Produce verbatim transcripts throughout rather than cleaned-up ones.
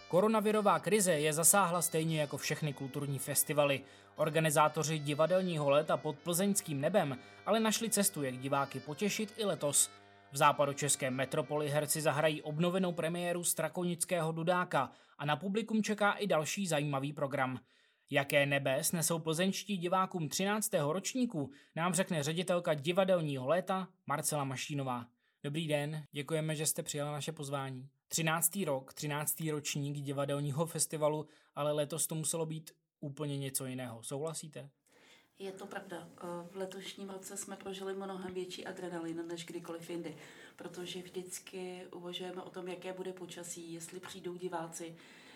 Koronavirová krize je zasáhla stejně jako všechny kulturní festivaly. Organizátoři divadelního léta pod plzeňským nebem ale našli cestu, jak diváky potěšit i letos. V západočeské metropoli herci zahrají obnovenou premiéru Strakonického Dudáka a na publikum čeká i další zajímavý program. Jaké nebe snesou plzeňští divákům třináctého ročníku, nám řekne ředitelka divadelního léta Marcela Mašínová. Dobrý den, děkujeme, že jste přijala naše pozvání. třináctý rok, třináctý ročník divadelního festivalu, ale letos to muselo být úplně něco jiného. Souhlasíte? Je to pravda. V letošním roce jsme prožili mnohem větší adrenalin než kdykoliv jindy, protože vždycky uvažujeme o tom, jaké bude počasí, jestli přijdou diváci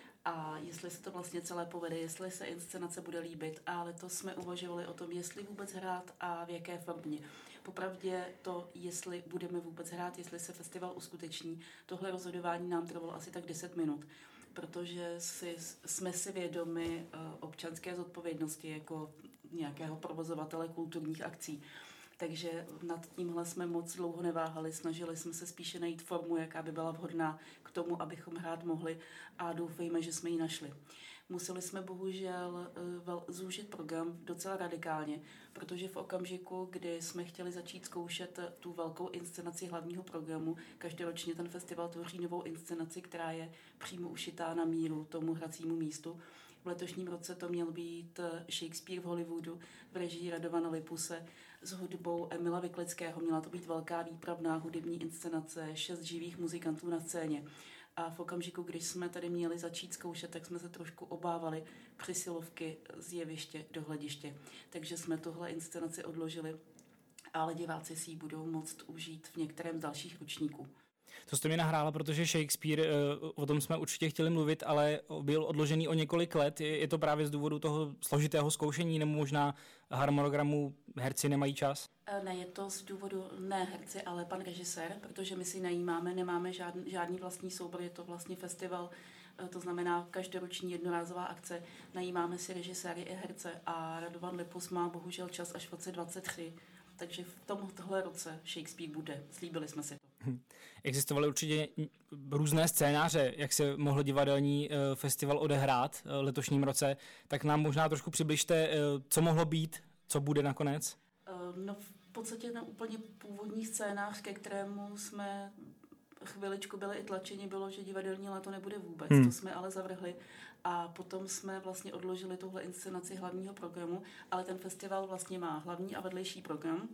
a jestli se to vlastně celé povede, jestli se inscenace bude líbit. A letos jsme uvažovali o tom, jestli vůbec hrát a v jaké formě. Popravdě to, jestli budeme vůbec hrát, jestli se festival uskuteční, tohle rozhodování nám trvalo asi tak deset minut, protože si, jsme si vědomi občanské zodpovědnosti jako nějakého provozovatele kulturních akcí. Takže nad tímhle jsme moc dlouho neváhali, snažili jsme se spíše najít formu, jaká by byla vhodná k tomu, abychom hrát mohli, a doufejme, že jsme ji našli. Museli jsme bohužel zúžit program docela radikálně, protože v okamžiku, kdy jsme chtěli začít zkoušet tu velkou inscenaci hlavního programu, každoročně ten festival tvoří novou inscenaci, která je přímo ušitá na míru tomu hracímu místu. V letošním roce to měl být Shakespeare v Hollywoodu v režii Radovana Lipuse s hudbou Emila Vyklického. Měla to být velká výpravná hudební inscenace, šest živých muzikantů na scéně. A v okamžiku, když jsme tady měli začít zkoušet, tak jsme se trošku obávali přesilovky z jeviště do hlediště. Takže jsme tohle inscenaci odložili, ale diváci si ji budou moct užít v některém z dalších ročníků. To jste mě nahrála, protože Shakespeare, o tom jsme určitě chtěli mluvit, ale byl odložený o několik let. Je to právě z důvodu toho složitého zkoušení, nebo možná harmonogramu herci nemají čas? Ne, je to z důvodu ne herci, ale pan režisér, protože my si najímáme, nemáme žádný, žádný vlastní soubor, je to vlastně festival, to znamená každoroční jednorázová akce, najímáme si režiséry i herce a Radovan Lipus má bohužel čas až v roce dvacet tři, takže v tomhle roce Shakespeare bude, slíbili jsme si to. Existovaly určitě různé scénáře, jak se mohl divadelní festival odehrát v letošním roce, tak nám možná trošku přibližte, co mohlo být, co bude nakonec? No v podstatě na úplně původní scénář, ke kterému jsme chviličku byli i tlačeni, bylo, že divadelní léto nebude vůbec. Hmm. To jsme ale zavrhli a potom jsme vlastně odložili tuhle inscenaci hlavního programu, ale ten festival vlastně má hlavní a vedlejší program.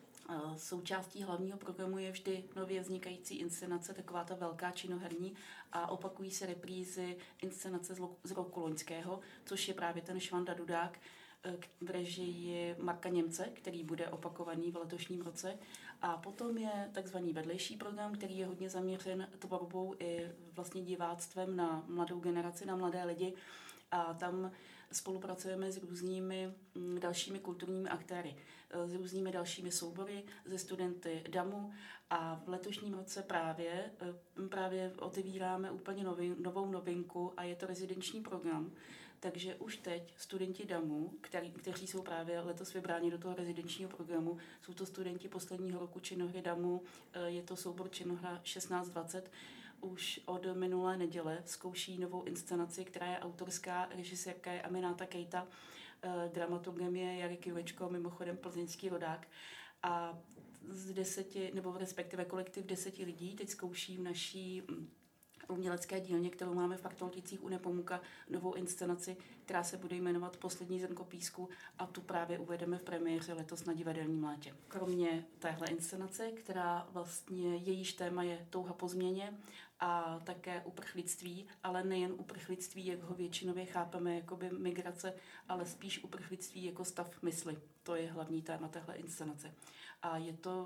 Součástí hlavního programu je vždy nově vznikající inscenace, taková ta velká činoherní, a opakují se reprízy inscenace z roku loňského, což je právě ten Švanda Dudák v režii Marka Němce, který bude opakovaný v letošním roce. A potom je takzvaný vedlejší program, který je hodně zaměřen tvorbou i vlastně diváctvem na mladou generaci, na mladé lidi. A tam spolupracujeme s různými dalšími kulturními aktéry, s různými dalšími soubory, se studenty damu, a v letošním roce právě, právě otevíráme úplně nový, novou novinku a je to rezidenční program. Takže už teď studenti damu, který, kteří jsou právě letos vybráni do toho rezidenčního programu, jsou to studenti posledního roku činohry damu, je to soubor činohra šestnáct dvacet, už od minulé neděle zkouší novou inscenaci, která je autorská, režisérka je Aminata Kejta, dramaturgem je Jarek Jurečko, mimochodem plzeňský rodák. A z deseti, nebo respektive kolektiv deseti lidí teď zkouší v naší umělecké dílně, kterou máme v Partolticích u Nepomuka, novou inscenaci, která se bude jmenovat Poslední zrnko písku, a tu právě uvedeme v premiéře letos na divadelním létě. Kromě téhle inscenace, která vlastně jejíž téma je touha po změně a také uprchlictví, ale nejen uprchlictví, jak ho většinově chápeme, jakoby migrace, ale spíš uprchlictví jako stav mysli. To je hlavní téma téhle inscenace. A je to,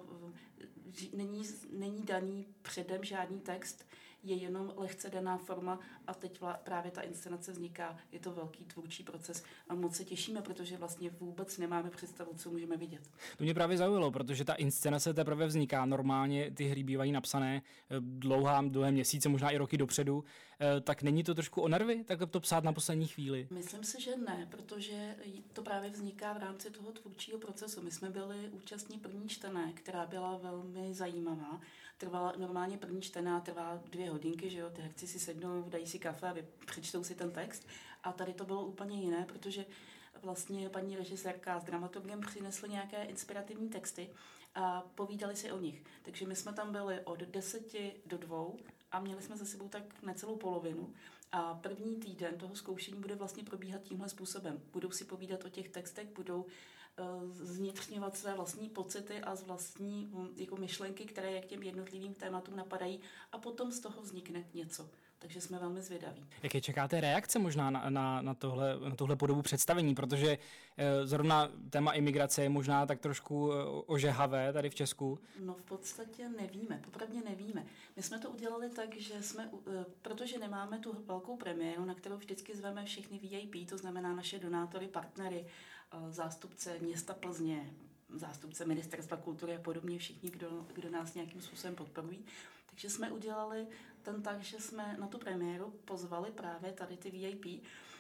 není, není daný předem žádný text, je jenom lehce daná forma a teď vla, právě ta inscenace vzniká. Je to velký tvůrčí proces a moc se těšíme, protože vlastně vůbec nemáme představu, co můžeme vidět. To mě právě zaujalo, protože ta inscenace teprve vzniká. Normálně ty hry bývají napsané dlouhá, dlouhé měsíce, možná i roky dopředu. Tak není to trošku o nervy, tak to psát na poslední chvíli? Myslím si, že ne, protože to právě vzniká v rámci toho tvůrčího procesu. My jsme byli účastní první čtené, která byla velmi zajímavá. Trvala, normálně první čtená trvá dvě hodiny. hodinky, že jo, ty herci si sednou, dají si kafe a přečtou si ten text. A tady to bylo úplně jiné, protože vlastně paní režisérka s dramaturgem přinesly nějaké inspirativní texty a povídali si o nich. Takže my jsme tam byli od deseti do dvou a měli jsme za sebou tak necelou polovinu. A první týden toho zkoušení bude vlastně probíhat tímhle způsobem. Budou si povídat o těch textech, budou uh, zvnitřňovat své vlastní pocity a z vlastní um, jako myšlenky, které jak těm jednotlivým tématům napadají a potom z toho vznikne něco. Takže jsme velmi zvědaví. Jaké čekáte reakce možná na, na, na, tohle, na tohle podobu představení? Protože e, zrovna téma imigrace je možná tak trošku e, ožehavé tady v Česku. No v podstatě nevíme, popravdě nevíme. My jsme to udělali tak, že jsme, e, protože nemáme tu velkou premiéru, na kterou vždycky zveme všechny V I P, to znamená naše donátory, partnery, e, zástupce města Plzně, zástupce Ministerstva kultury a podobně, všichni, kdo, kdo nás nějakým způsobem podporují. Takže jsme udělali ten tak, že jsme na tu premiéru pozvali právě tady ty V I P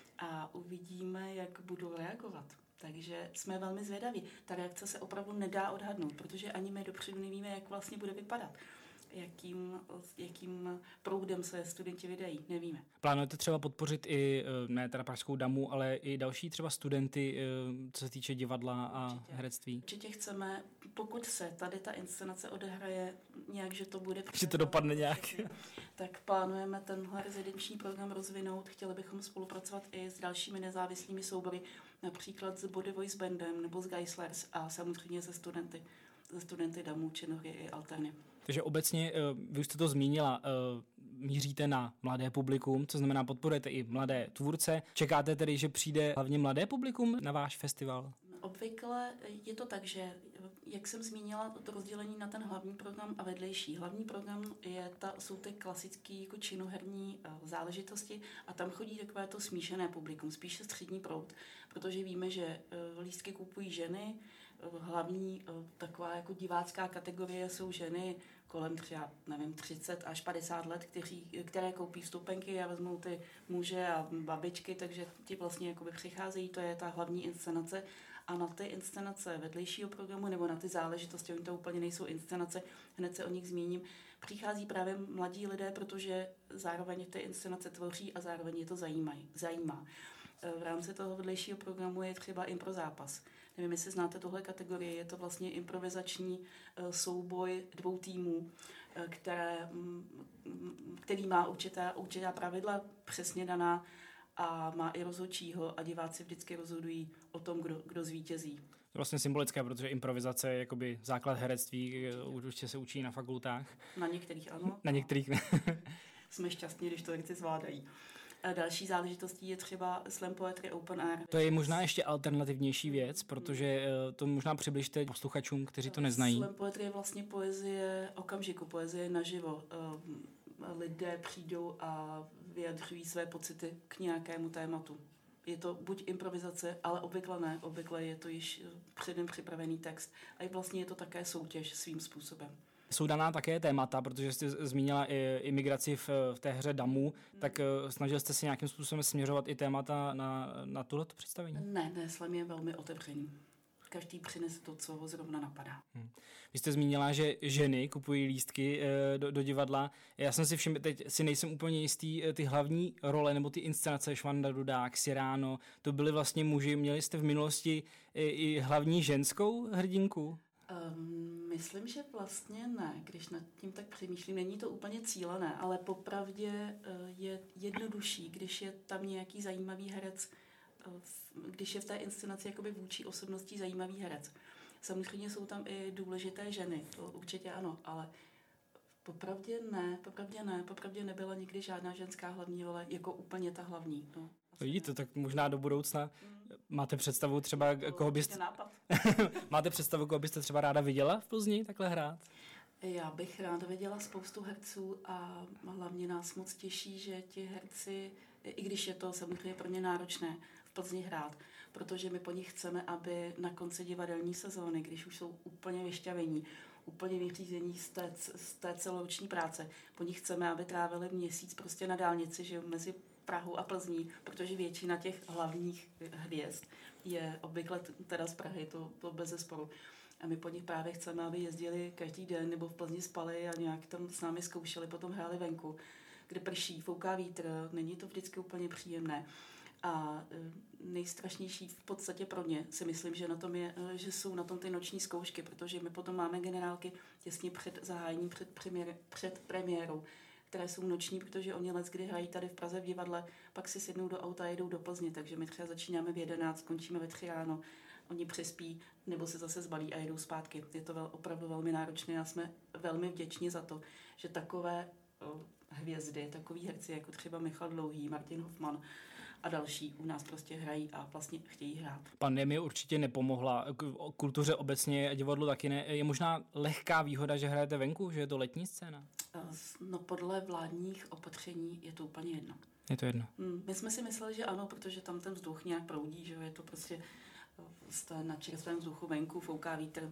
a uvidíme, jak budou reagovat. Takže jsme velmi zvědaví. Ta reakce se opravdu nedá odhadnout, protože ani my dopředu nevíme, jak vlastně bude vypadat. Jakým, jakým proudem se studenti vydají, nevíme. Plánujete třeba podpořit i, ne teda Pražskou damu, ale i další třeba studenty, co se týče divadla a Určitě. herectví? Určitě chceme, pokud se tady ta inscenace odehraje nějak, že to bude... Že to dopadne nějak. Tak plánujeme tenhle rezidenční program rozvinout. Chtěli bychom spolupracovat i s dalšími nezávislými soubory, například s Body Voice Bandem nebo s Geislers a samozřejmě se studenty, se studenty damu, Činohry i Alterny. Takže obecně, vy už jste to zmínila, míříte na mladé publikum, co znamená podporujete i mladé tvůrce. Čekáte tedy, že přijde hlavně mladé publikum na váš festival? Obvykle je to tak, že, jak jsem zmínila, to rozdělení na ten hlavní program a vedlejší. Hlavní program je ta, jsou ty klasické jako činoherní záležitosti a tam chodí takové to smíšené publikum, spíše střední proud, protože víme, že lístky kupují ženy, hlavní taková jako divácká kategorie jsou ženy kolem třeba, nevím, třicet až padesát let, kteří, které koupí vstupenky a vezmou ty muže a babičky, takže ti vlastně jakoby přicházejí, to je ta hlavní inscenace. A na ty inscenace vedlejšího programu nebo na ty záležitosti, oni to úplně nejsou inscenace, hned se o nich zmíním, přichází právě mladí lidé, protože zároveň ty inscenace tvoří a zároveň je to zajímají, zajímá. V rámci toho vedlejšího programu je třeba improzápas. Nevím, jestli znáte tohle kategorii, je to vlastně improvizační souboj dvou týmů, které, který má určitá, určitá pravidla přesně daná a má i rozhodčího a diváci vždycky rozhodují o tom, kdo, kdo zvítězí. To vlastně symbolické, protože improvizace je jakoby základ herectví, určitě se učí na fakultách. Na některých ano. Na některých ne. Jsme šťastní, když to herci zvládají. A další záležitostí je třeba Slam Poetry Open Air. To je možná ještě alternativnější věc, protože to možná přibližte posluchačům, kteří to neznají. Slam Poetry je vlastně poezie okamžiku, poezie naživo. Lidé přijdou a vyjadřují své pocity k nějakému tématu. Je to buď improvizace, ale obvykle ne. Obvykle je to již předem připravený text. A vlastně je to také soutěž svým způsobem. Jsou daná také témata, protože jste zmínila i imigraci v, v té hře Damu, hmm. tak snažil jste se nějakým způsobem směřovat i témata na, na tohleto představení? Ne, ne, Slam je velmi otevřený. Každý přinese to, co ho zrovna napadá. Hmm. Vy jste zmínila, že ženy kupují lístky e, do, do divadla. Já jsem si všiml, teď si nejsem úplně jistý, ty hlavní role nebo ty inscenace Švanda Dudák, Cyrano, to byly vlastně muži. Měli jste v minulosti i, i hlavní ženskou hrdinku? Um, myslím, že vlastně ne, když nad tím tak přemýšlím, není to úplně cílené, ale popravdě uh, je jednodušší, když je tam nějaký zajímavý herec, uh, když je v té inscenaci jakoby vůči osobností zajímavý herec. Samozřejmě jsou tam i důležité ženy, to určitě ano, ale popravdě ne, popravdě ne, popravdě nebyla nikdy žádná ženská hlavní role, jako úplně ta hlavní. No. Vidíte, tak možná do budoucna máte představu třeba, koho byste... máte představu, koho byste třeba ráda viděla v Plzni takhle hrát? Já bych ráda viděla spoustu herců a hlavně nás moc těší, že ti herci, i když je to samozřejmě pro ně náročné v Plzni hrát, protože my po nich chceme, aby na konci divadelní sezóny, když už jsou úplně vyšťavení, úplně vyřízení z té, z té celoroční práce, po nich chceme, aby trávili měsíc prostě na dálnici, že mezi Prahu a Plzní, protože většina těch hlavních hvězd je obvykle teda z Prahy, to, to bez zesporu. A my po nich právě chceme, aby jezdili každý den nebo v Plzni spali a nějak tam s námi zkoušeli, potom hráli venku. kde prší, fouká vítr, není to vždycky úplně příjemné. A nejstrašnější v podstatě pro ně si myslím, že, na tom je, že jsou na tom ty noční zkoušky, protože my potom máme generálky těsně před zahájením, před, premiér, před premiérou, které jsou noční, protože oni let, kdy hrají tady v Praze v divadle, pak si sednou do auta a jedou do Plzně, takže my třeba začínáme v jedenáct, končíme ve tři ráno, oni přespí nebo se zase zbalí a jedou zpátky. Je to vel, opravdu velmi náročné a jsme velmi vděční za to, že takové o, hvězdy, takový herci jako třeba Michal Dlouhý, Martin Hofman a další u nás prostě hrají a vlastně chtějí hrát. Pandemie určitě nepomohla, kultuře obecně a divadlu taky ne. Je možná lehká výhoda, že hrajete venku, že je to letní scéna? No podle vládních opatření je to úplně jedno. Je to jedno. My jsme si mysleli, že ano, protože tam ten vzduch nějak proudí, že je to prostě jste na čerstvém vzduchu venku, fouká vítr.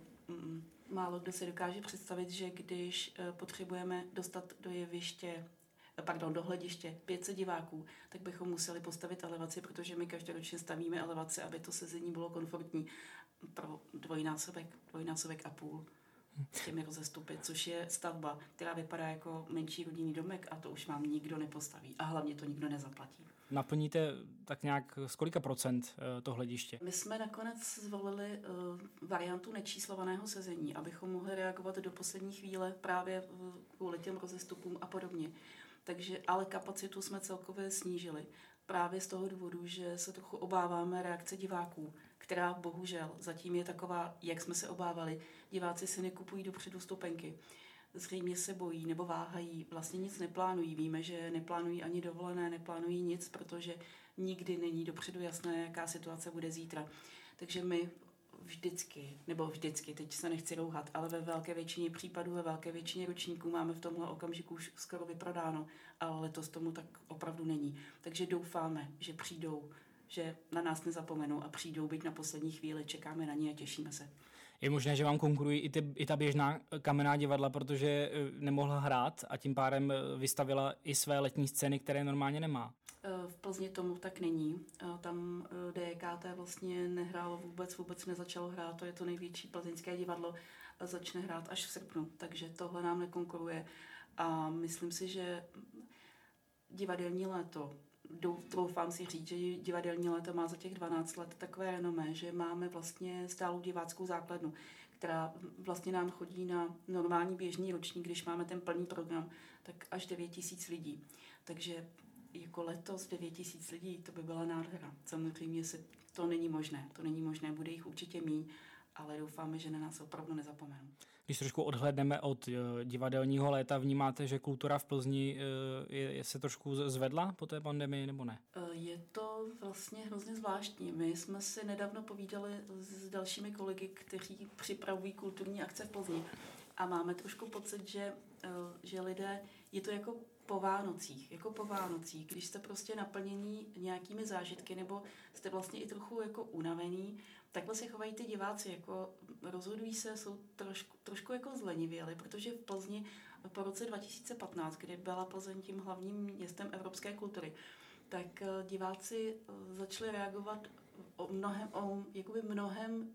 Málo kdo si dokáže představit, že když potřebujeme dostat do jeviště, pardon, do hlediště pět set diváků, tak bychom museli postavit elevaci, protože my každoročně stavíme elevaci, aby to sezení bylo komfortní pro dvojnásobek, dvojnásobek a půl s těmi rozestupy, což je stavba, která vypadá jako menší rodinný domek a to už vám nikdo nepostaví a hlavně to nikdo nezaplatí. Naplníte tak nějak z kolika procent to hlediště? My jsme nakonec zvolili uh, variantu nečíslovaného sezení, abychom mohli reagovat do poslední chvíle právě kvůli těm rozestupům a podobně. Takže, ale kapacitu jsme celkově snížili. Právě z toho důvodu, že se trochu obáváme reakce diváků, která bohužel zatím je taková, jak jsme se obávali. Diváci si nekupují dopředu stupenky. Zřejmě se bojí nebo váhají, vlastně nic neplánují. Víme, že neplánují ani dovolené, neplánují nic, protože nikdy není dopředu jasné, jaká situace bude zítra. Takže my vždycky, nebo vždycky, teď se nechci rouhat, ale ve velké většině případů, ve velké většině ročníků máme v tomhle okamžiku už skoro vyprodáno, ale letos tomu tak opravdu není. Takže doufáme, že přijdou, že na nás nezapomenou a přijdou, byť na poslední chvíli, čekáme na ně a těšíme se. Je možné, že vám konkurují i, ty, i ta běžná kamenná divadla, protože nemohla hrát a tím pádem vystavila i své letní scény, které normálně nemá. V Plzni tomu tak není. Tam D K T vlastně nehrálo vůbec, vůbec nezačalo hrát. To je to největší plzeňské divadlo. Začne hrát až v srpnu, takže tohle nám nekonkuruje. A myslím si, že divadelní léto, doufám si říct, že divadelní léto má za těch dvanáct let takové renomé, že máme vlastně stálou diváckou základnu, která vlastně nám chodí na normální běžný ročník, když máme ten plný program, tak až devět tisíc lidí. Takže jako letos devět tisíc lidí, to by byla nádhera. Samozřejmě se to není možné, to není možné, bude jich určitě míň, ale doufáme, že na nás opravdu nezapomenou. Když trošku odhlédneme od divadelního léta, vnímáte, že kultura v Plzni je, je se trošku zvedla po té pandemii, nebo ne? Je to vlastně hrozně zvláštní. My jsme si nedávno povídali s dalšími kolegy, kteří připravují kulturní akce v Plzni a máme trošku pocit, že, že lidé, je to jako po Vánocích, jako po Vánocích, když jste prostě naplnění nějakými zážitky nebo jste vlastně i trochu jako unavený, takhle se chovají ty diváci, jako rozhodují se, jsou trošku, trošku jako zlenivěli, protože v Plzni po roce dva tisíce patnáct, kdy byla Plzeň tím hlavním městem evropské kultury, tak diváci začali reagovat o mnohem, o jakoby mnohem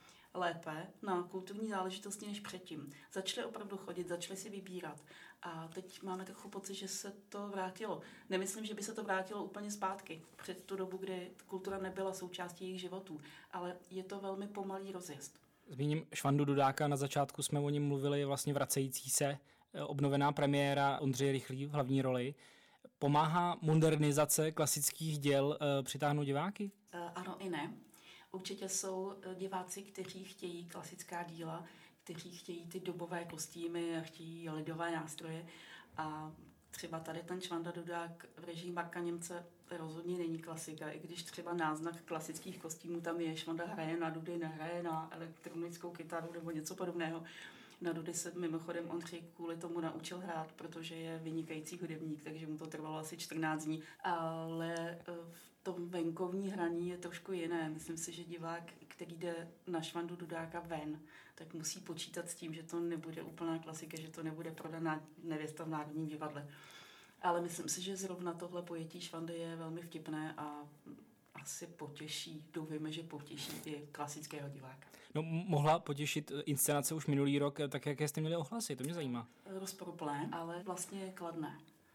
lépe na kulturní záležitosti než předtím. Začali opravdu chodit, začali si vybírat a teď máme trochu pocit, že se to vrátilo. Nemyslím, že by se to vrátilo úplně zpátky, před tu dobu, kdy kultura nebyla součástí jejich životů, ale je to velmi pomalý rozjezd. Zmíním Švandu Dudáka, na začátku jsme o něm mluvili, je vlastně vracející se, obnovená premiéra Ondřeje Rychlý v hlavní roli. Pomáhá modernizace klasických děl e, přitáhnout diváky? E, ano i ne. Určitě jsou diváci, kteří chtějí klasická díla, kteří chtějí ty dobové kostýmy a chtějí lidové nástroje. A třeba tady ten Švanda Dudák v režii Marka Němce rozhodně není klasika, i když třeba náznak klasických kostýmů tam je. Švanda hraje na dudy, nehraje na elektronickou kytaru nebo něco podobného. Na dudy se mimochodem Ondřej kvůli tomu naučil hrát, protože je vynikající hudebník, takže mu to trvalo asi čtrnáct dní. Ale v tom venkovní hraní je trošku jiné. Myslím si, že divák, který jde na Švandu Dudáka ven, tak musí počítat s tím, že to nebude úplná klasika, že to nebude prodaná nevěsta v Národním divadle. Ale myslím si, že zrovna tohle pojetí Švandy je velmi vtipné a asi potěší, doufejme, že potěší i klasického diváka. No, mohla potěšit inscenace už minulý rok, tak jaké jste měli ohlasy, to mě zajímá. Rozporuplné, ale vlastně kladné.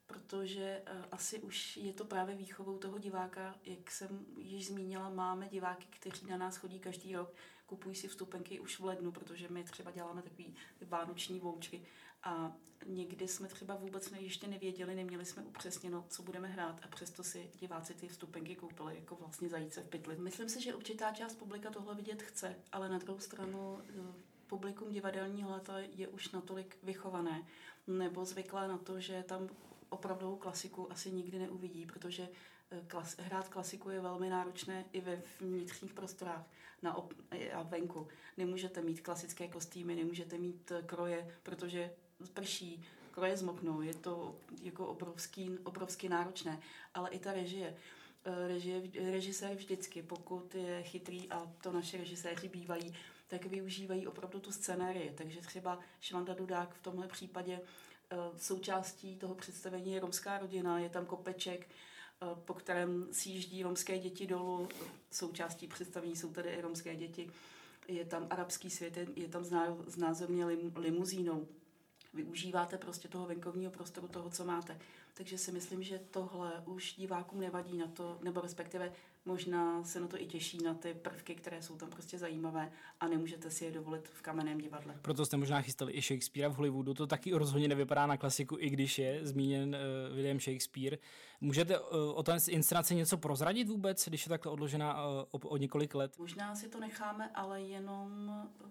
protože uh, asi už je to právě výchovou toho diváka, jak jsem již zmínila, máme diváky, kteří na nás chodí každý rok, kupují si vstupenky už v lednu, protože my třeba děláme takový vánoční vouchery a někdy jsme třeba vůbec ne, ještě nevěděli, neměli jsme upřesněno, co budeme hrát a přesto si diváci ty vstupenky koupili jako vlastně zajíce v pytli. Myslím si, že určitá část publika tohle vidět chce, ale na druhou stranu publikum divadelního léta je už natolik vychované nebo zvyklé na to, že tam opravdovou klasiku asi nikdy neuvidí, protože klas, hrát klasiku je velmi náročné i ve vnitřních prostorách na op, a venku. Nemůžete mít klasické kostýmy, nemůžete mít kroje, protože prší, kroje zmoknou, je to jako obrovský, obrovsky náročné, ale i ta režie. Režie, režisér vždycky, pokud je chytrý, a to naši režiséři bývají, tak využívají opravdu tu scenérii. Takže třeba Švanda Dudák v tomhle případě součástí toho představení je romská rodina, je tam kopeček, po kterém sjíždí romské děti dolů, součástí představení jsou tady i romské děti, je tam arabský svět, je tam znázorně lim, limuzínou. Využíváte prostě toho venkovního prostoru, toho, co máte. Takže si myslím, že tohle už divákům nevadí na to, nebo respektive možná se na to i těší, na ty prvky, které jsou tam prostě zajímavé a nemůžete si je dovolit v kamenném divadle. Proto jste možná chystali i Shakespearea v Hollywoodu, to taky rozhodně nevypadá na klasiku, i když je zmíněn uh, William Shakespeare. Můžete uh, o té inscenaci něco prozradit vůbec, když je takhle odložená uh, o, o několik let? Možná si to necháme, ale jenom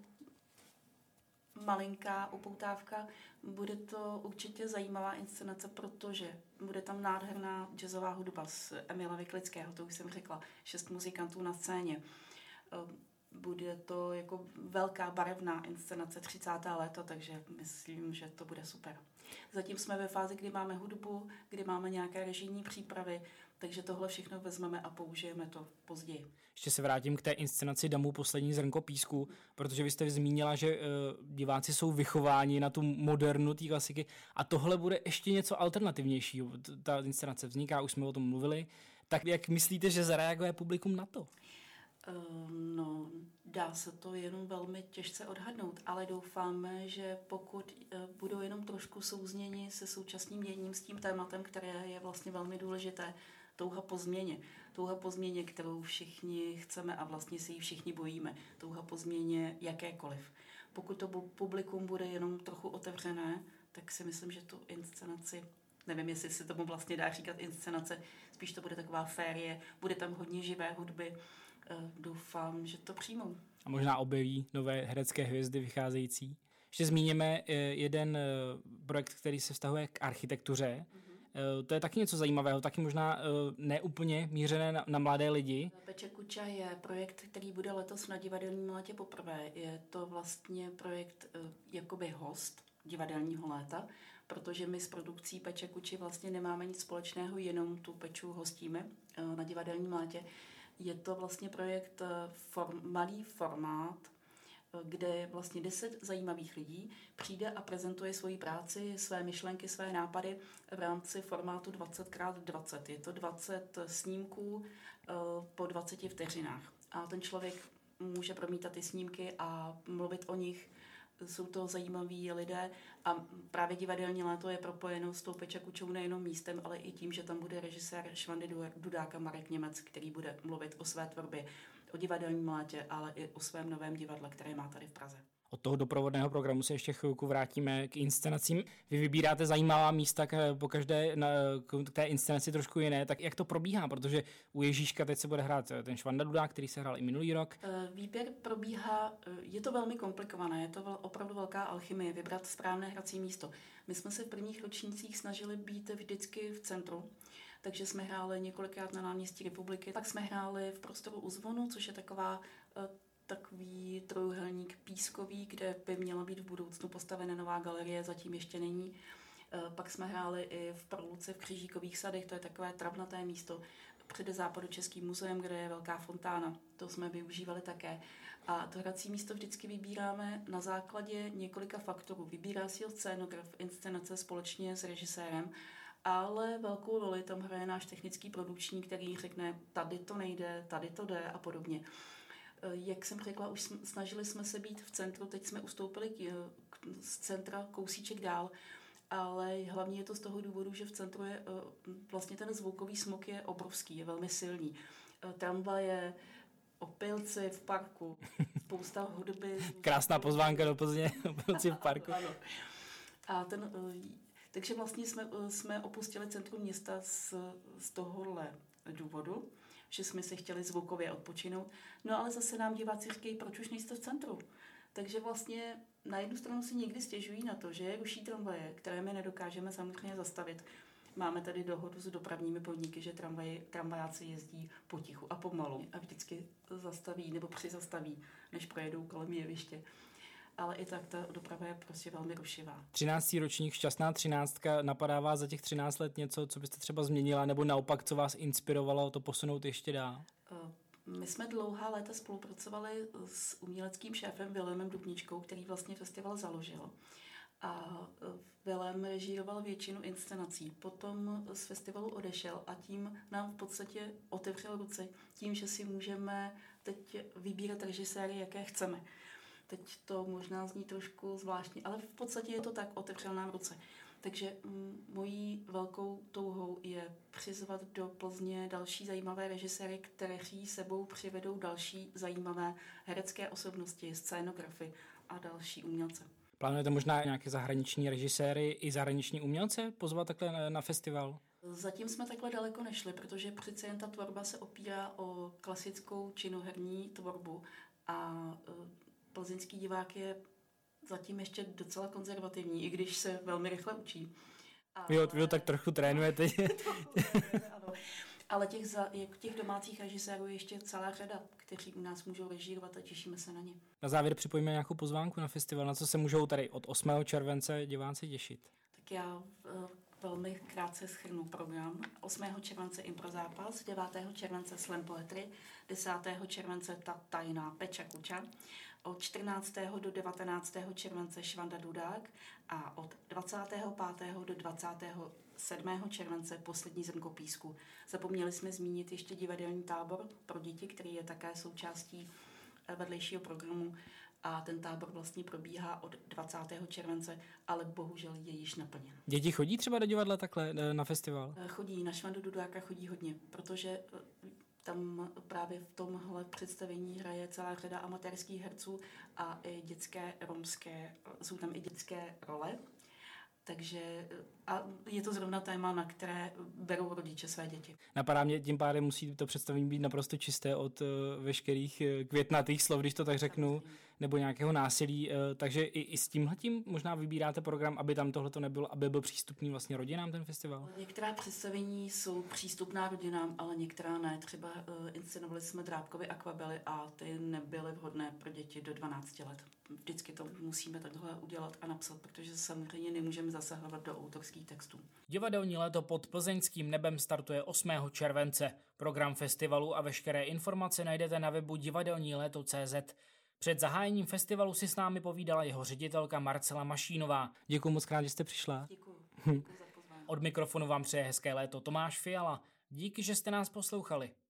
malinká upoutávka. Bude to určitě zajímavá inscenace, protože bude tam nádherná jazzová hudba z Emila Vyklického, to už jsem řekla, šest muzikantů na scéně. Bude to jako velká barevná inscenace třicátá léta, takže myslím, že to bude super. Zatím jsme ve fázi, kdy máme hudbu, kdy máme nějaké režijní přípravy, takže tohle všechno vezmeme a použijeme to později. Ještě se vrátím k té inscenaci Damu poslední zrnko písku, protože vy jste zmínila, že uh, diváci jsou vychováni na tu modernu té klasiky a tohle bude ještě něco alternativnějšího. Ta inscenace vzniká, už jsme o tom mluvili. Tak jak myslíte, že zareaguje publikum na to? No, dá se to jenom velmi těžce odhadnout, ale doufáme, že pokud budou jenom trošku souzněni se současným děním, s tím tématem, které je vlastně velmi důležité, touha po změně. Touha po změně, kterou všichni chceme a vlastně se jí všichni bojíme. Touha po změně jakékoliv. Pokud to publikum bude jenom trochu otevřené, tak si myslím, že tu inscenaci, nevím, jestli se tomu vlastně dá říkat inscenace, spíš to bude taková férie, bude tam hodně živé hudby. Doufám, že to přijmou. A možná objeví nové herecké hvězdy vycházející. Ještě zmíněme jeden projekt, který se vztahuje k architektuře. Mm-hmm. To je taky něco zajímavého, taky možná neúplně mířené na, na mladé lidi. Peče Kuča je projekt, který bude letos na Divadelním létě poprvé. Je to vlastně projekt jakoby host Divadelního léta, protože my s produkcí Peče Kuči vlastně nemáme nic společného, jenom tu Peču hostíme na Divadelním létě. Je to vlastně projekt form, malý formát, kde vlastně deset zajímavých lidí přijde a prezentuje svoji práci, své myšlenky, své nápady v rámci formátu dvacet krát dvacet. Je to dvacet snímků po dvaceti vteřinách. A ten člověk může promítat ty snímky a mluvit o nich. Jsou to zajímaví lidé a právě Divadelní léto je propojeno s tou Peče Kučou nejenom místem, ale i tím, že tam bude režisér Švandy Dudáka Marek Němec, který bude mluvit o své tvorbě, o Divadelním létě, ale i o svém novém divadle, které má tady v Praze. Od toho doprovodného programu se ještě chvilku vrátíme k inscenacím. Vy vybíráte zajímavá místa, po každé na, k té inscenaci trošku jiné. Tak jak to probíhá? Protože u Ježíška teď se bude hrát ten Švanda Dudák, který se hrál i minulý rok. Výběr probíhá, je to velmi komplikované, je to opravdu velká alchymie, vybrat správné hrací místo. My jsme se v prvních ročnících snažili být vždycky v centru, takže jsme hráli několikrát na náměstí Republiky, pak jsme hráli v prostoru u Zvonu, což je taková takový trojuhelník pískový, kde by měla být v budoucnu postavena nová galerie, zatím ještě není. Pak jsme hráli i v Proluce v Křížíkových sadech, to je takové travnaté místo před Západočeským muzeem, kde je velká fontána. To jsme využívali také. A to hrací místo vždycky vybíráme na základě několika faktorů. Vybírá si ho scénograf, inscenace společně s režisérem, ale velkou roli tam hraje náš technický produkční, který řekne, tady to nejde, tady to jde a podobně. Jak jsem řekla, už snažili jsme se být v centru, teď jsme ustoupili k, k, z centra kousíček dál ale hlavně je to z toho důvodu, že v centru je vlastně ten zvukový smog je obrovský, je velmi silný. Tramvaje, opilci v parku, spousta hudby. Krásná pozvánka do Plzně, opilci v parku. Ano. A ten, takže vlastně jsme, jsme opustili centrum města z, z tohohle důvodu, že jsme si chtěli zvukově odpočinout. No ale zase nám diváci říkají, proč už nejste v centru. Takže vlastně na jednu stranu si někdy stěžují na to, že ruší tramvaje, které my nedokážeme samozřejmě zastavit. Máme tady dohodu s dopravními podniky, že tramvaj, tramvajáci jezdí potichu a pomalu a vždycky zastaví nebo přizastaví, než projedou kolem jeviště. Ale i tak ta doprava je prostě velmi rušivá. třináctý ročník, šťastná třináctka, napadá vás za těch třináct let něco, co byste třeba změnila, nebo naopak, co vás inspirovalo to posunout ještě dál? My jsme dlouhá léta spolupracovali s uměleckým šéfem Vilémem Dubničkou, který vlastně festival založil. A Vilém režíroval většinu inscenací. Potom z festivalu odešel a tím nám v podstatě otevřel ruce tím, že si můžeme teď vybírat režiséry, jaké chceme. Teď to možná zní trošku zvláštně, ale v podstatě je to tak, otevřel nám ruce. Takže m, mojí velkou touhou je přizvat do Plzně další zajímavé režiséry, kteří sebou přivedou další zajímavé herecké osobnosti, scénografy a další umělce. Plánujete možná nějaké zahraniční režiséry i zahraniční umělce pozvat takhle na, na festival? Zatím jsme takhle daleko nešli, protože přece jen ta tvorba se opírá o klasickou činoherní tvorbu a plzeňský divák je zatím ještě docela konzervativní, i když se velmi rychle učí. Ale... Vy, ho, vy ho tak trochu trénujete. Ano. Ale těch, za, těch domácích režisérů je ještě celá řada, kteří u nás můžou režírovat a těšíme se na ně. Na závěr připojíme nějakou pozvánku na festival, na co se můžou tady od osmého července diváci těšit. Tak já velmi krátce shrnu program. osmého července Improzápas, devátého července Slam Poetry, desátého července Ta tajná Peča Kuča, od čtrnáctého do devatenáctého července Švanda Dudák a od dvacátého pátého do dvacátého sedmého července Poslední zrnko písku. Zapomněli jsme zmínit ještě divadelní tábor pro děti, který je také součástí vedlejšího programu a ten tábor vlastně probíhá od dvacátého července, ale bohužel je již naplněn. Děti chodí třeba do divadla takhle na festival? Chodí, na Švandu Dudáka chodí hodně, protože tam právě v tomhle představení hraje celá řada amatérských herců a i dětské romské, jsou tam i dětské role. Takže a je to zrovna téma, na které berou rodiče své děti. Napadá mě, tím pádem musí to představení být naprosto čisté od uh, veškerých uh, květnatých slov, když to tak řeknu, nebo nějakého násilí. Uh, takže i, i s tímhletím možná vybíráte program, aby tam tohleto nebylo, aby byl přístupný vlastně rodinám ten festival? Některá představení jsou přístupná rodinám, ale některá ne. Třeba uh, inscenovali jsme Drábkovy akvabely a ty nebyly vhodné pro děti do dvanácti let. Vždycky to musíme takhle udělat a napsat, protože samozřejmě nemůžeme zasahovat do autorských textů. Divadelní léto pod plzeňským nebem startuje osmého července. Program festivalu a veškeré informace najdete na webu divadelní léto tečka cé zet. Před zahájením festivalu si s námi povídala jeho ředitelka Marcela Mašínová. Děkuji moc krát, že jste přišla. Děkuji. Děkuji za pozvání. Od mikrofonu vám přeje hezké léto Tomáš Fiala. Díky, že jste nás poslouchali.